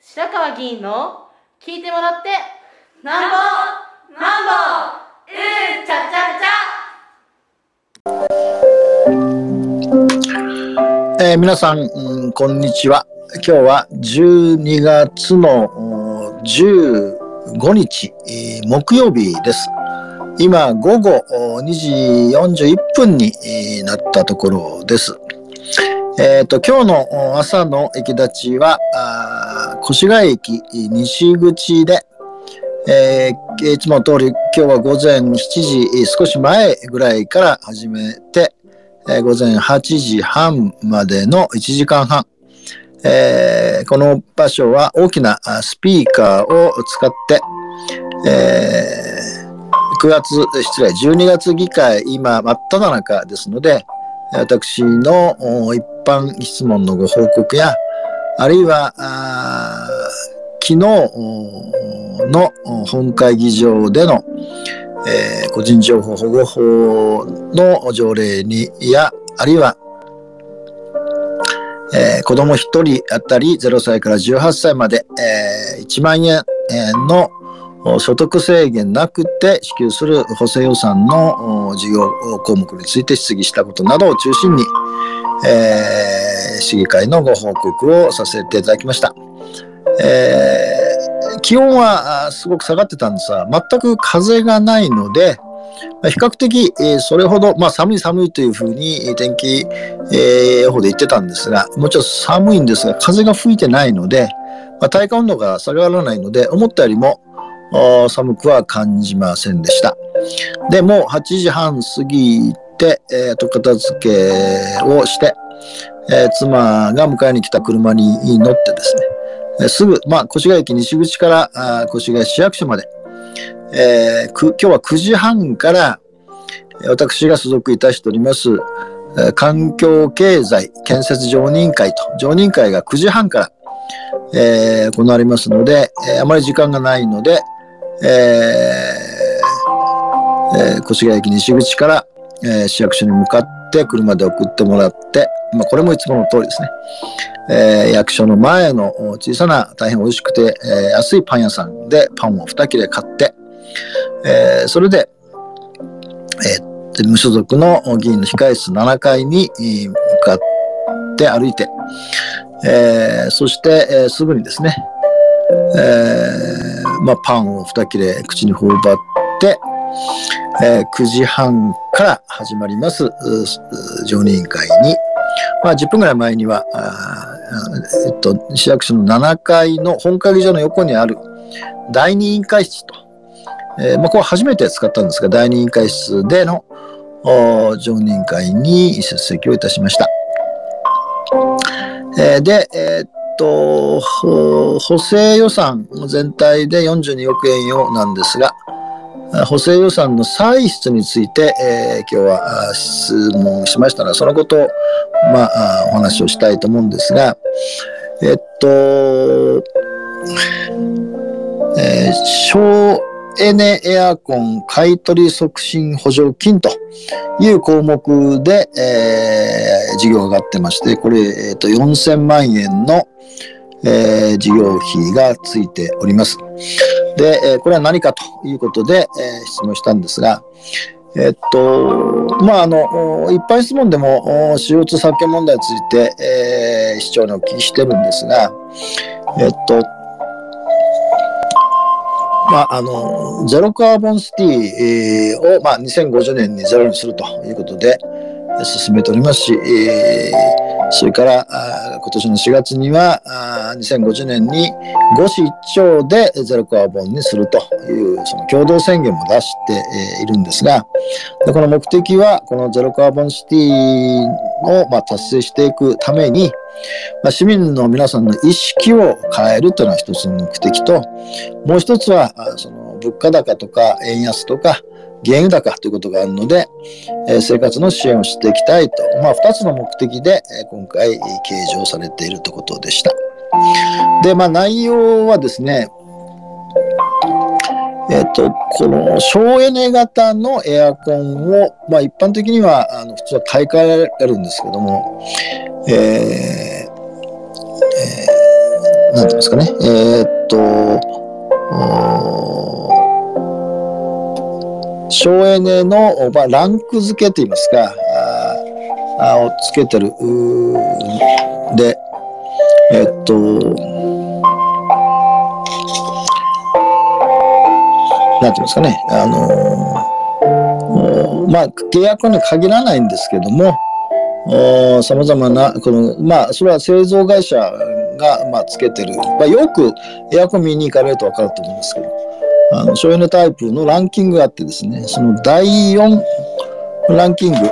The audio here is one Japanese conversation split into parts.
白川議員の聞いてもらってなんぼなんぼちゃちゃちゃ。皆さん、こんにちは。今日は12月の15日、木曜日です。今午後2時41分になったところです。今日の朝の駅立ちは越谷駅西口で、いつも通り今日は午前7時少し前ぐらいから始めて、午前8時半までの1時間半、この場所は大きなスピーカーを使って、12月議会今真っ只中ですので、私の一般質問のご報告や、あるいは昨日の本会議場での、個人情報保護法の条例にや、あるいは、子ども1人あたり0歳から18歳まで、1万円の所得制限なくて支給する補正予算の事業項目について質疑したことなどを中心に、市議会のご報告をさせていただきました。気温はすごく下がってたんですが、全く風がないので、比較的それほど、寒いというふうに天気予報で言ってたんですが、もちろん寒いんですが、風が吹いてないので、体感温度が下がらないので、思ったよりも寒くは感じませんでした。で、もう8時半過ぎて、後片付けをして、妻が迎えに来た車に乗ってですね、すぐ、越谷駅西口から越谷市役所まで、今日は9時半から私が所属いたしております、環境経済建設常任会と、常任会が9時半から、行われますので、あまり時間がないので、越谷駅西口から、市役所に向かって車で送ってもらって、これもいつもの通りですね、役所の前の小さな大変美味しくて、安いパン屋さんでパンを2切れ買って、それで、無所属の議員の控室7階に向かって歩いて、そして、すぐにですね、パンを2切れ口に頬張って、9時半から始まります常任委員会に、10分ぐらい前には市役所の7階の本会議場の横にある第二委員会室と、ここ初めて使ったんですが、第二委員会室での常任委員会に出席をいたしました。で、補正予算全体で42億円よなんですが、補正予算の歳出について、今日は質問しましたので、そのことを、お話をしたいと思うんですが、省エネエアコン買取促進補助金という項目で、事業が上がってまして、これ、4000万円の、事業費がついております。で、これは何かということで、質問したんですが、一般質問でも CO2 削減問題について、市長にお聞きしてるんですが、ゼロカーボンシティを、2050年にゼロにするということで進めておりますし、それから今年の4月には2050年に5市1町でゼロカーボンにするというその共同宣言も出しているんですが、でこの目的はこのゼロカーボンシティを達成していくために、市民の皆さんの意識を変えるというのが一つの目的と、もう一つはその物価高とか円安とか原油高ということがあるので、生活の支援をしていきたいと、二つの目的で今回計上されているということでした。で、内容はですね、この省エネ型のエアコンを、一般的には普通は買い替えられるんですけども、 なんていうんですかね、省エネの、まあ、ランク付けといいますか、をつけてるで、なんていうんですかね、まあ、契約に限らないんですけども、様々な、まあ、それは製造会社が、まあ、つけてる。まあ、よくエアコン見に行かれると分かると思いますけど、省エネタイプのランキングがあってですね、その第4ランキング、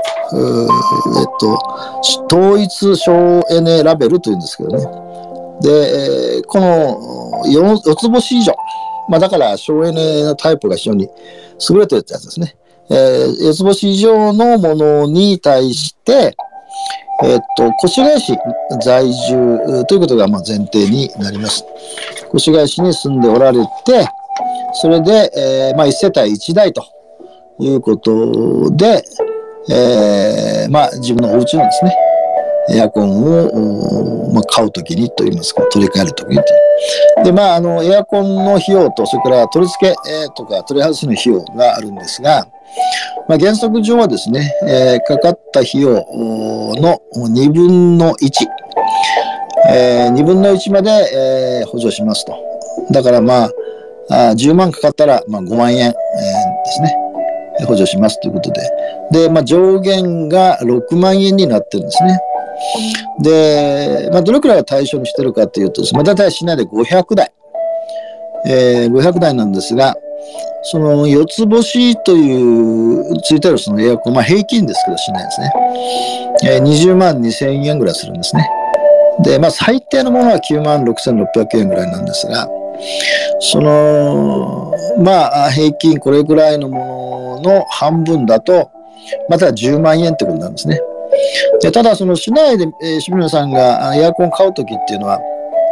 統一省エネラベルというんですけどね。で、この 4つ星以上、まあ、だから省エネのタイプが非常に優れてるってやつですね。4つ星以上のものに対して、越谷市在住ということがまあ前提になります。越谷市に住んでおられて、それで、まあ、1世帯1台ということで、まあ、自分のお家のですね、エアコンを、まあ、買うときにといいますか、取り替えるときに。で、まあ、エアコンの費用と、それから取り付け、とか取り外しの費用があるんですが、まあ、原則上はですね、かかった費用の2分の1、2分の1まで、補助しますと。だからまあ、10万かかったら、まあ、5万円、ですね。補助しますということで。で、まあ、上限が6万円になってるんですね。で、まあ、どれくらいを対象にしてるかというと、まあ、大体市内で500台。500台なんですが、その4つ星という、ついてるそのエアコン、まあ、平均ですけど、市内ですね。20万2000円ぐらいするんですね。で、まあ、最低のものは9万6600円ぐらいなんですが、その、まあ、平均これぐらいのものの半分だと、また10万円ってことなんですね。で、ただ、その市内で、清水さんがエアコンを買うときっていうのは、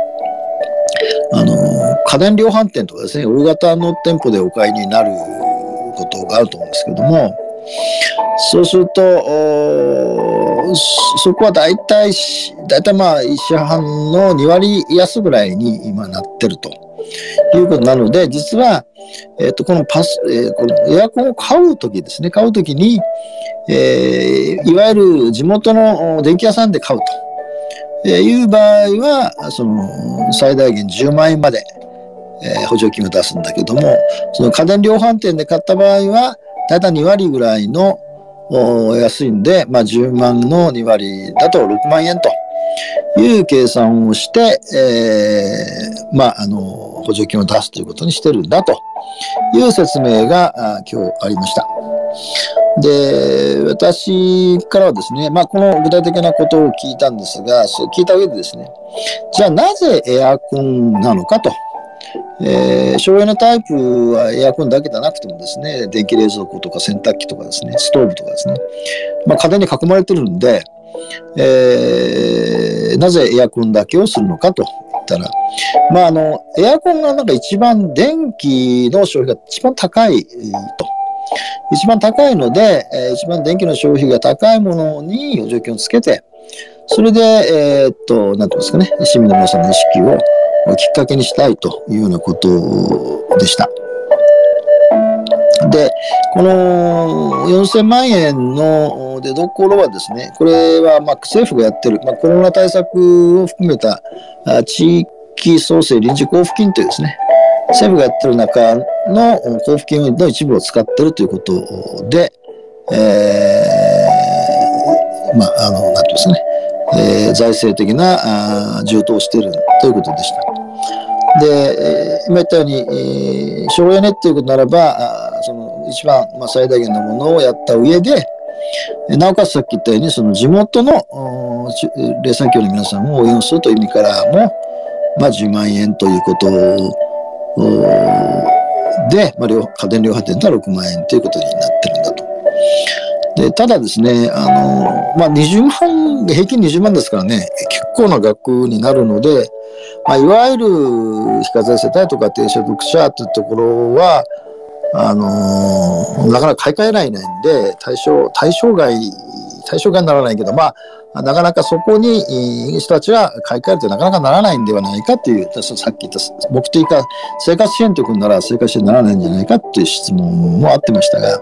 家電量販店とかですね、大型の店舗でお買いになることがあると思うんですけども、そうすると、そこは大体まあ、市販の2割安ぐらいに今なってるということなので、実は、このこのエアコンを買うときですね、買うときに、いわゆる地元の電気屋さんで買うという場合は、その最大限10万円まで、補助金を出すんだけども、その家電量販店で買った場合は、だいたい2割ぐらいの安いんで、まあ、10万の2割だと6万円という計算をして、まあ、補助金を出すということにしてるんだという説明が今日ありました。で、私からはですね、まあ、この具体的なことを聞いたんですが、そう聞いた上でですね、じゃあなぜエアコンなのかと。省エネタイプはエアコンだけじゃなくてもですね、電気冷蔵庫とか洗濯機とかですね、ストーブとかですね、まあ、家電に囲まれてるんで、なぜエアコンだけをするのかと言ったら、まあ、エアコンがなんか一番電気の消費が一番高いと。一番高いので、一番電気の消費が高いものに補助金をつけて、それで、なんていうんですかね、市民の皆さんの意識をきっかけにしたいというようなことでした。で、この4000万円の出所はですね、これはまあ政府がやってる、まあ、コロナ対策を含めた地域創生臨時交付金というですね、政府がやってる中の交付金の一部を使っているということで、まあ、なんていうんですかね、財政的な充当をしているということでした。で、今言ったように、省エネっていうことならば、その一番、まあ、最大限のものをやった上で、なおかつさっき言ったように、その地元の零産協の皆さんを応援するという意味からも、まあ、10万円ということで、まあ、家電量販店では6万円ということになってるんだと。で、ただですね、まあ、20万、平均20万ですからね、結構な額になるので、まあ、いわゆる非課税世帯とか低所得者というところは、なかなか買い替えられないんで、対象外にならないけど、まなかなかそこに人たちが買い替えるとなかなかならないんではないかという、さっき言った目的が生活支援ということなら生活支援にならないんじゃないかという質問もあってましたが、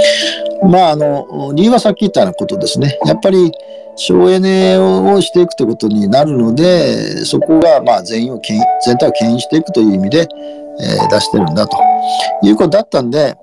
理由はさっき言ったようなことですね。やっぱり省エネをしていくということになるので、そこが全体を牽引していくという意味で、出してるんだということだったんで、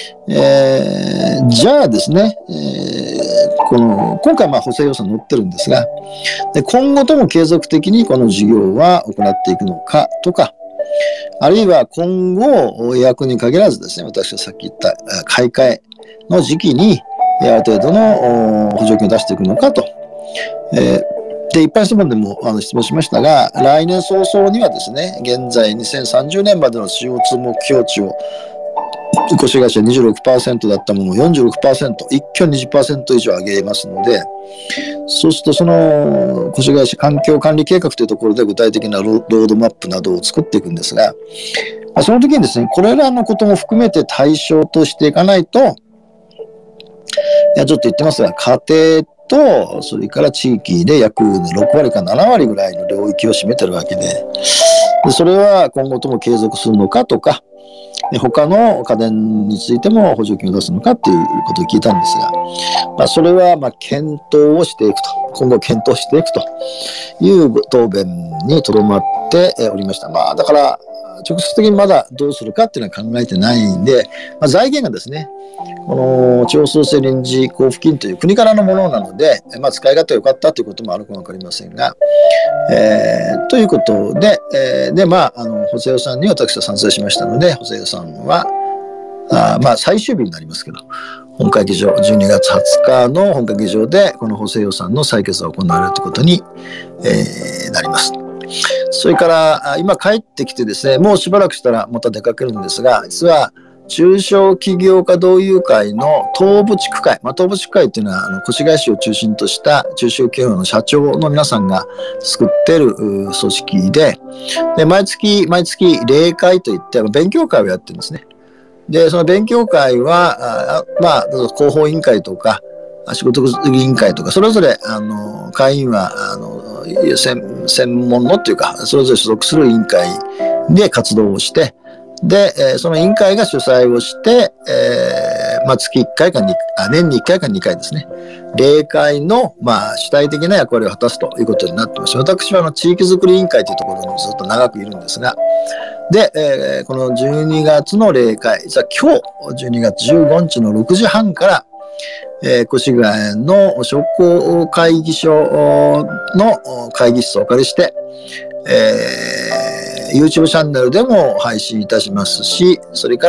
じゃあですね、今回補正予算載ってるんですが、今後とも継続的にこの事業は行っていくのかとか、あるいは今後、エアコンに限らずですね、私がさっき言った買い替えの時期に、ある程度の補助金を出していくのかと。で、一般質問でも質問しましたが、来年早々にはですね、現在2030年までの CO2 目標値を、越し会社 26% だったものを 46%、一挙 20% 以上上げますので、そうするとその越し会社環境管理計画というところで具体的なロードマップなどを作っていくんですが、その時にですね、これらのことも含めて対象としていかないと、ちょっと言ってますが、家庭と、それから地域で約6割か7割ぐらいの領域を占めてるわけで、それは今後とも継続するのかとか、他の家電についても補助金を出すのかっていうことを聞いたんですが、それは検討をしていくと、今後検討していくという答弁にとどまっておりました。だから直接的にまだどうするかっていうのは考えてないんで、財源がですね、この地方創生臨時交付金という国からのものなので、使い勝手が良かったということもあるかもわかりませんが、ということで、補正予算に私は賛成しましたので、補正予算は、最終日になりますけど、本会議場、12月20日の本会議場で、この補正予算の採決が行われるということに、なります。それから、今帰ってきてですね、もうしばらくしたらまた出かけるんですが、実は、中小企業家同友会の東部地区会、東部地区会っていうのは越谷市を中心とした中小企業の社長の皆さんが作っている組織で、毎月例会といって勉強会をやってるんですね。で、その勉強会は、広報委員会とか、仕事委員会とか、それぞれ、会員は、専門のっていうか、それぞれ所属する委員会で活動をして、で、その委員会が主催をして、月1回か年に1回か2回ですね、例会の、主体的な役割を果たすということになっています。私は地域づくり委員会というところにずっと長くいるんですが、で、この12月の例会、実は今日、12月15日の6時半から、越谷の商工会議所の会議室をお借りして、YouTube チャンネルでも配信いたしますし、それから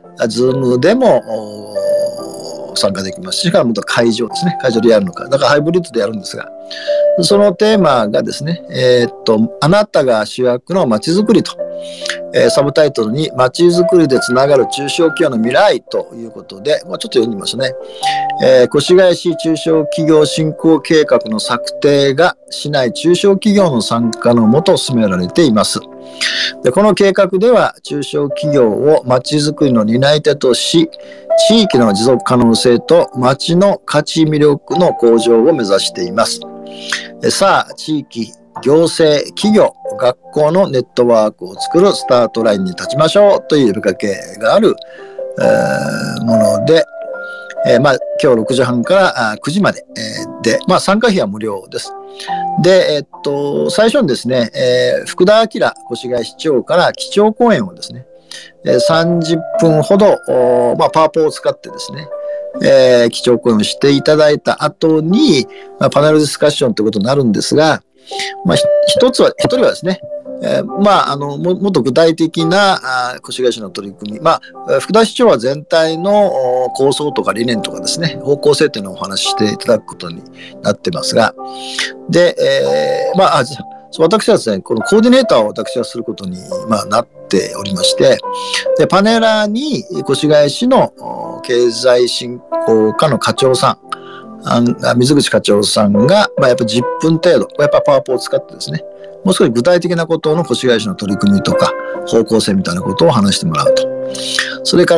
Zoom でも参加できますし、からまた会場ですね。会場でやるのか。だからハイブリッドでやるんですが、そのテーマがですね、あなたが主役のまちづくりと、サブタイトルにまちづくりでつながる中小企業の未来ということで、ちょっと読んでみますね。越谷市中小企業振興計画の策定が市内中小企業の参加のもと進められています。で、この計画では中小企業をまちづくりの担い手とし、地域の持続可能性と町の価値魅力の向上を目指しています。さあ、地域、行政、企業、学校のネットワークを作るスタートラインに立ちましょうという呼びかけがある、もので、今日6時半から9時まで、で、参加費は無料です。で、最初にですね、福田明越谷市長から基調講演をですね、30分ほど、パワポを使ってですね、基調講演をしていただいた後に、パネルディスカッションということになるんですが、一人はですね、もっと具体的な越谷市の取り組み、福田市長は全体の構想とか理念とかですね、方向性というのをお話ししていただくことになってますが、で、私はですね、このコーディネーターを私はすることに、なっておりまして、で、パネラーに越谷市の経済振興課の課長さん、水口課長さんが、やっぱ10分程度、やっぱパワポを使ってですね、もう少し具体的なことの越谷市の取り組みとか、方向性みたいなことを話してもらうと。それから、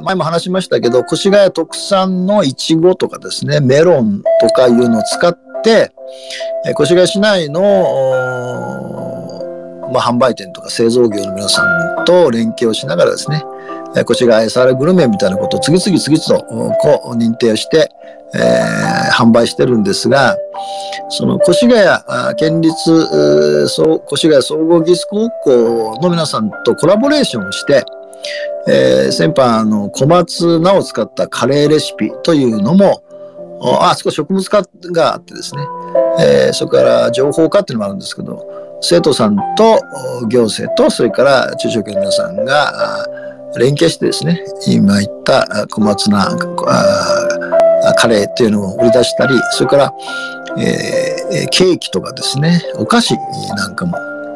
前も話しましたけど、越谷特産のイチゴとかですね、メロンとかいうのを使っ 、越谷市内の、販売店とか製造業の皆さんと連携をしながらですね、越谷愛されグルメみたいなことを次々とこう認定をして、販売してるんですが、その越谷県立越谷総合技術高校の皆さんとコラボレーションをして、先般小松菜を使ったカレーレシピというのも、少し植物科があってですね、それから情報科っていうのもあるんですけど、生徒さんと行政とそれから中小企業の皆さんが連携してですね、今言った小松菜カレーっていうのを売り出したり、それから、ケーキとかですね、お菓子なんかも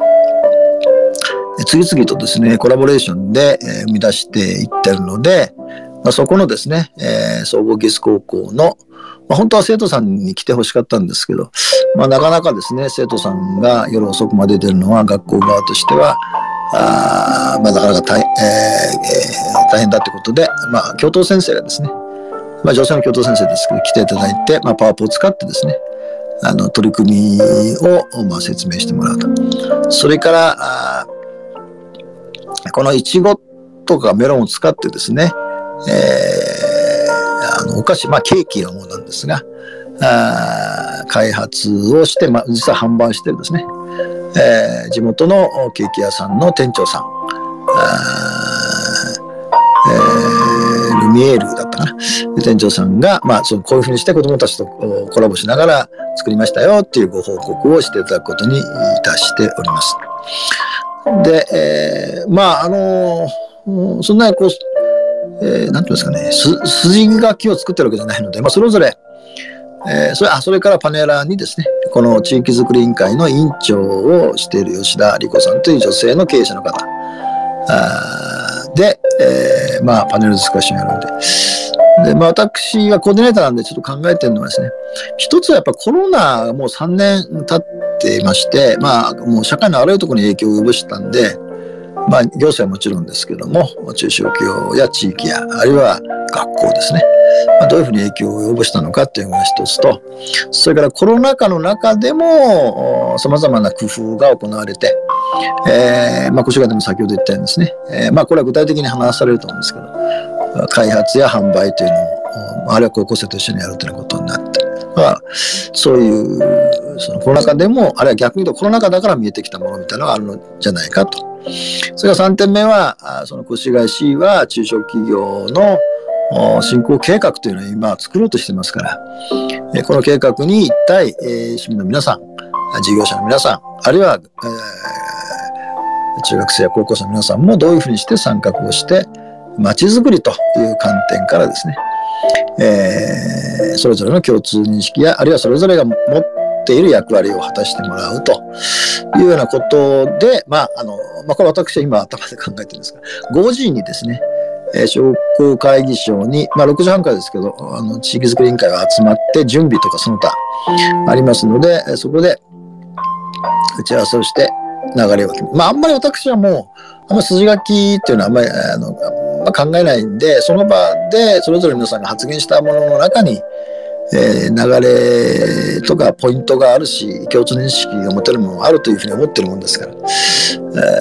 次々とですね、コラボレーションで生み出していってるので、そこのですね、総合技術高校の、本当は生徒さんに来てほしかったんですけど、なかなかですね、生徒さんが夜遅くまで出るのは学校側としては、なかなか大変だってことで、教頭先生がですね、女性の教頭先生ですけど、来ていただいて、パワポを使ってですね、取り組みを、説明してもらうと。それから、このイチゴとかメロンを使ってですね、お菓子、ケーキのものなんですが、開発をして、実は販売してるですね、地元のケーキ屋さんの店長さん、ルミエールだったかな、店長さんが、こういうふうにして子どもたちとコラボしながら作りましたよっていうご報告をしていただくことにいたしております。で、そんなにこう、なんていうんですかね、筋書きを作ってるわけじゃないので、それぞれ、それからパネラーにですね、この地域づくり委員会の委員長をしている吉田理子さんという女性の経営者の方で、パネルディスカッションやるんで。で、私はコーディネーターなんでちょっと考えてるのはですね、一つはやっぱコロナがもう3年経っていまして、もう社会のあらゆるところに影響を及ぼしたんで、行政はもちろんですけども、中小企業や地域や、あるいは学校ですね。どういうふうに影響を及ぼしたのかっていうのが一つと、それからコロナ禍の中でも様々な工夫が行われて、越谷でも先ほど言ったようにですね、これは具体的に話されると思うんですけど、開発や販売というのを、あるいは高校生と一緒にやるということになって、そういうそのコロナ禍でも、あるいは逆に言うとコロナ禍だから見えてきたものみたいなのがあるのじゃないかと。それから3点目は、その越谷市は中小企業の振興計画というのを今作ろうとしてますから、この計画に一体、市民の皆さん、事業者の皆さん、あるいは、中学生や高校生の皆さんもどういうふうにして参画をして、まちづくりという観点からですね、それぞれの共通認識や、あるいはそれぞれが持っている役割を果たしてもらうというようなことで、これ私は今頭で考えてるんですが、5時にですね、商工会議所に、6時半からですけど、地域づくり委員会が集まって準備とかその他ありますので、そこで打ち合わせをして流れを決める。あんまり私はもう、筋書きっていうのはあんまり考えないんで、その場でそれぞれ皆さんが発言したものの中に、流れとかポイントがあるし、共通認識が持てるものがあるというふうに思ってるもんですから。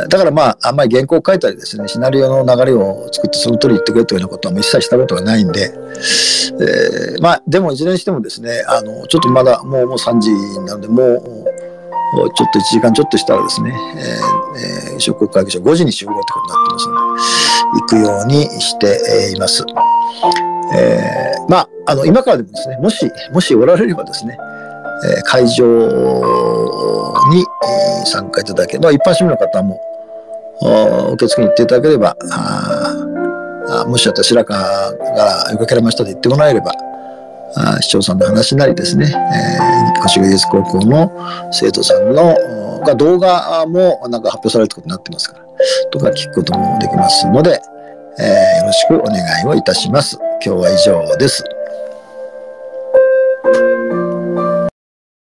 だからあんまり原稿を書いたりですね、シナリオの流れを作ってその通り言ってくれというようなことは一切したことがないんで、でもいずれにしてもですね、ちょっとまだもう3時なので、もうちょっと1時間ちょっとしたらですね、商工会議所5時に集合ってことになってますので、行くようにしています。今からでもですね、もしおられればですね、会場に参加いただければ、一般市民の方も受付に行っていただければ、もしあったら白川がよけられましたと言ってもらえれば、市長さんの話なりですね、越谷技術高校の生徒さんの動画も発表されることになってますから、とか聞くこともできますので、よろしくお願いをいたします。今日は以上です。